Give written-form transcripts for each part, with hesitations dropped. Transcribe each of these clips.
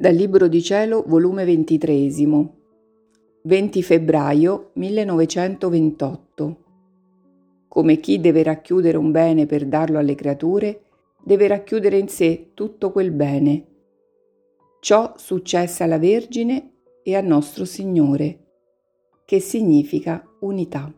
Dal Libro di Cielo, volume 23, 20 febbraio 1928. Come chi deve racchiudere un bene per darlo alle creature, deve racchiudere in sé tutto quel bene. Ciò successe alla Vergine e a nostro Signore, che significa unità.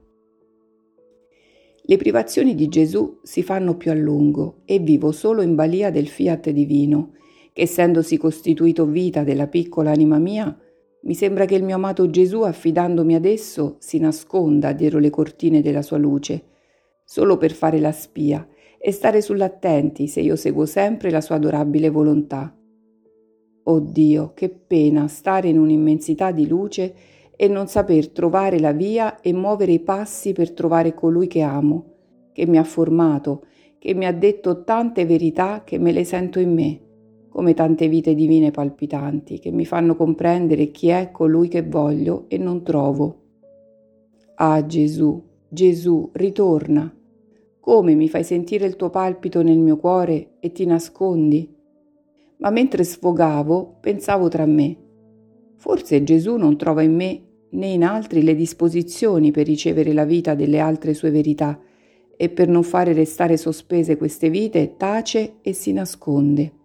Le privazioni di Gesù si fanno più a lungo e vivo solo in balia del fiat divino, che essendosi costituito vita della piccola anima mia, mi sembra che il mio amato Gesù, affidandomi ad esso, si nasconda dietro le cortine della sua luce, solo per fare la spia e stare sull'attenti se io seguo sempre la sua adorabile volontà. Oh Dio, che pena stare in un'immensità di luce e non saper trovare la via e muovere i passi per trovare colui che amo, che mi ha formato, che mi ha detto tante verità che me le sento in me, come tante vite divine palpitanti che mi fanno comprendere chi è colui che voglio e non trovo. Ah Gesù, Gesù, ritorna! Come mi fai sentire il tuo palpito nel mio cuore e ti nascondi? Ma mentre sfogavo, pensavo tra me, forse Gesù non trova in me né in altri le disposizioni per ricevere la vita delle altre sue verità e per non fare restare sospese queste vite tace e si nasconde.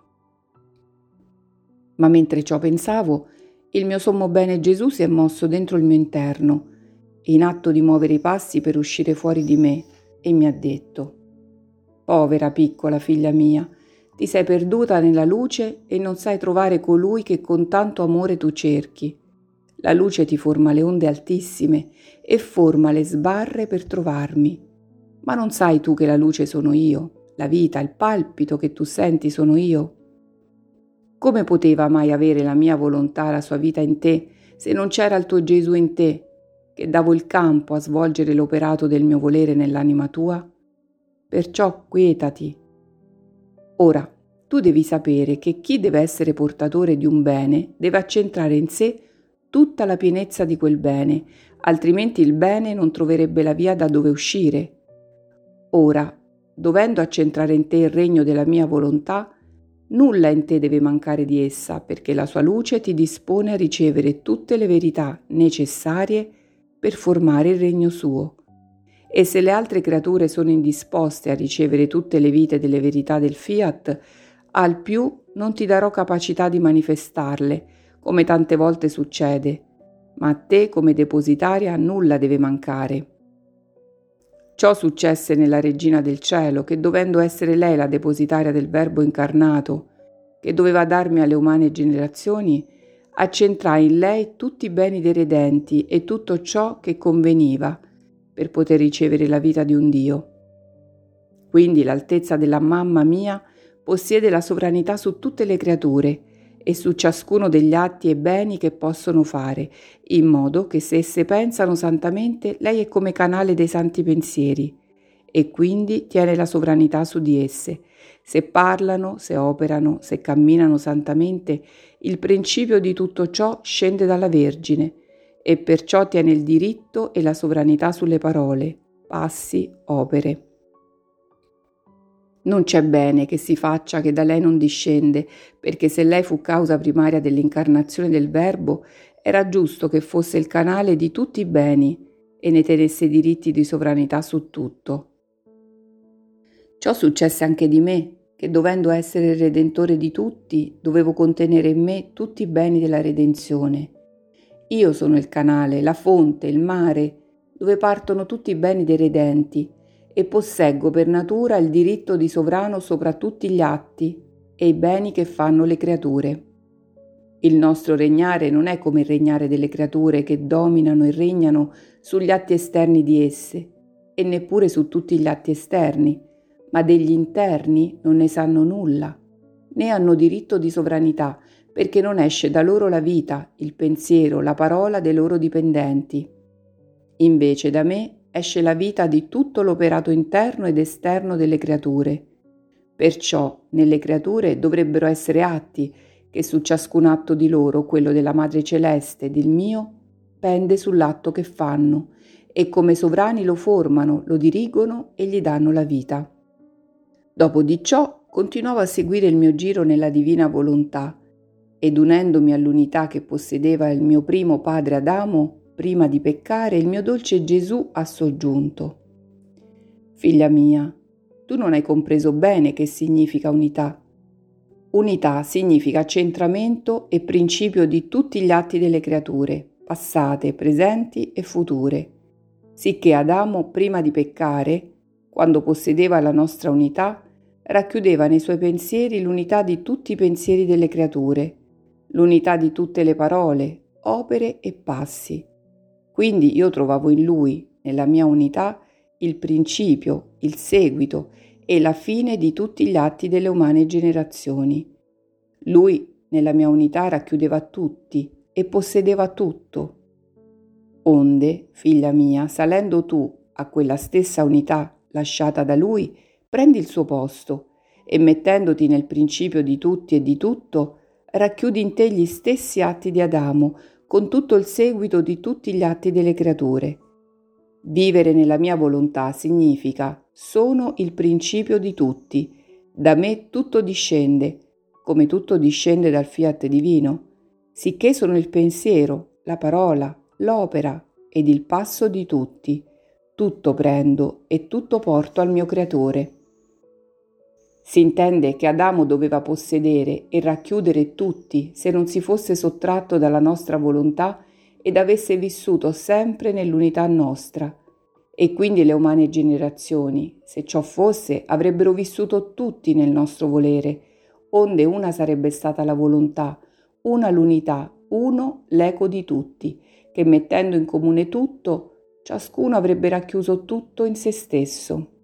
Ma mentre ciò pensavo, il mio sommo bene Gesù si è mosso dentro il mio interno, in atto di muovere i passi per uscire fuori di me, e mi ha detto: «Povera piccola figlia mia, ti sei perduta nella luce e non sai trovare colui che con tanto amore tu cerchi. La luce ti forma le onde altissime e forma le sbarre per trovarmi. Ma non sai tu che la luce sono io, la vita, il palpito che tu senti sono io? Come poteva mai avere la mia volontà la sua vita in te, se non c'era il tuo Gesù in te, che davo il campo a svolgere l'operato del mio volere nell'anima tua? Perciò quietati. Ora, tu devi sapere che chi deve essere portatore di un bene deve accentrare in sé tutta la pienezza di quel bene, altrimenti il bene non troverebbe la via da dove uscire. Ora, dovendo accentrare in te il regno della mia volontà, nulla in te deve mancare di essa, perché la sua luce ti dispone a ricevere tutte le verità necessarie per formare il regno suo. E se le altre creature sono indisposte a ricevere tutte le vite delle verità del fiat, al più non ti darò capacità di manifestarle, come tante volte succede, ma a te come depositaria nulla deve mancare. Ciò successe nella Regina del Cielo, che dovendo essere lei la depositaria del Verbo incarnato, che doveva darmi alle umane generazioni, accentrai in lei tutti i beni dei redenti e tutto ciò che conveniva per poter ricevere la vita di un Dio. Quindi l'altezza della mamma mia possiede la sovranità su tutte le creature e su ciascuno degli atti e beni che possono fare, in modo che se esse pensano santamente, lei è come canale dei santi pensieri e quindi tiene la sovranità su di esse. Se parlano, se operano, se camminano santamente, il principio di tutto ciò scende dalla Vergine e perciò tiene il diritto e la sovranità sulle parole, passi, opere. Non c'è bene che si faccia che da lei non discende, perché se lei fu causa primaria dell'incarnazione del Verbo, era giusto che fosse il canale di tutti i beni e ne tenesse diritti di sovranità su tutto. Ciò successe anche di me, che dovendo essere il Redentore di tutti, dovevo contenere in me tutti i beni della redenzione. Io sono il canale, la fonte, il mare, dove partono tutti i beni dei redenti, e posseggo per natura il diritto di sovrano sopra tutti gli atti e i beni che fanno le creature. Il nostro regnare non è come il regnare delle creature che dominano e regnano sugli atti esterni di esse e neppure su tutti gli atti esterni, ma degli interni non ne sanno nulla, né hanno diritto di sovranità, perché non esce da loro la vita, il pensiero, la parola dei loro dipendenti. Invece da me esce la vita di tutto l'operato interno ed esterno delle creature. Perciò nelle creature dovrebbero essere atti che su ciascun atto di loro, quello della Madre Celeste ed il mio, pende sull'atto che fanno e come sovrani lo formano, lo dirigono e gli danno la vita. Dopo di ciò continuavo a seguire il mio giro nella divina volontà ed unendomi all'unità che possedeva il mio primo padre Adamo, prima di peccare, il mio dolce Gesù ha soggiunto: «Figlia mia, tu non hai compreso bene che significa unità. Unità significa centramento e principio di tutti gli atti delle creature, passate, presenti e future, sicché Adamo, prima di peccare, quando possedeva la nostra unità, racchiudeva nei suoi pensieri l'unità di tutti i pensieri delle creature, l'unità di tutte le parole, opere e passi. Quindi io trovavo in lui, nella mia unità, il principio, il seguito e la fine di tutti gli atti delle umane generazioni. Lui, nella mia unità, racchiudeva tutti e possedeva tutto. Onde, figlia mia, salendo tu a quella stessa unità lasciata da lui, prendi il suo posto e mettendoti nel principio di tutti e di tutto, racchiudi in te gli stessi atti di Adamo, con tutto il seguito di tutti gli atti delle creature. Vivere nella mia volontà significa: sono il principio di tutti, da me tutto discende, come tutto discende dal fiat divino, sicché sono il pensiero, la parola, l'opera ed il passo di tutti. Tutto prendo e tutto porto al mio creatore. Si intende che Adamo doveva possedere e racchiudere tutti se non si fosse sottratto dalla nostra volontà ed avesse vissuto sempre nell'unità nostra. E quindi le umane generazioni, se ciò fosse, avrebbero vissuto tutti nel nostro volere, onde una sarebbe stata la volontà, una l'unità, uno l'eco di tutti, che mettendo in comune tutto, ciascuno avrebbe racchiuso tutto in se stesso.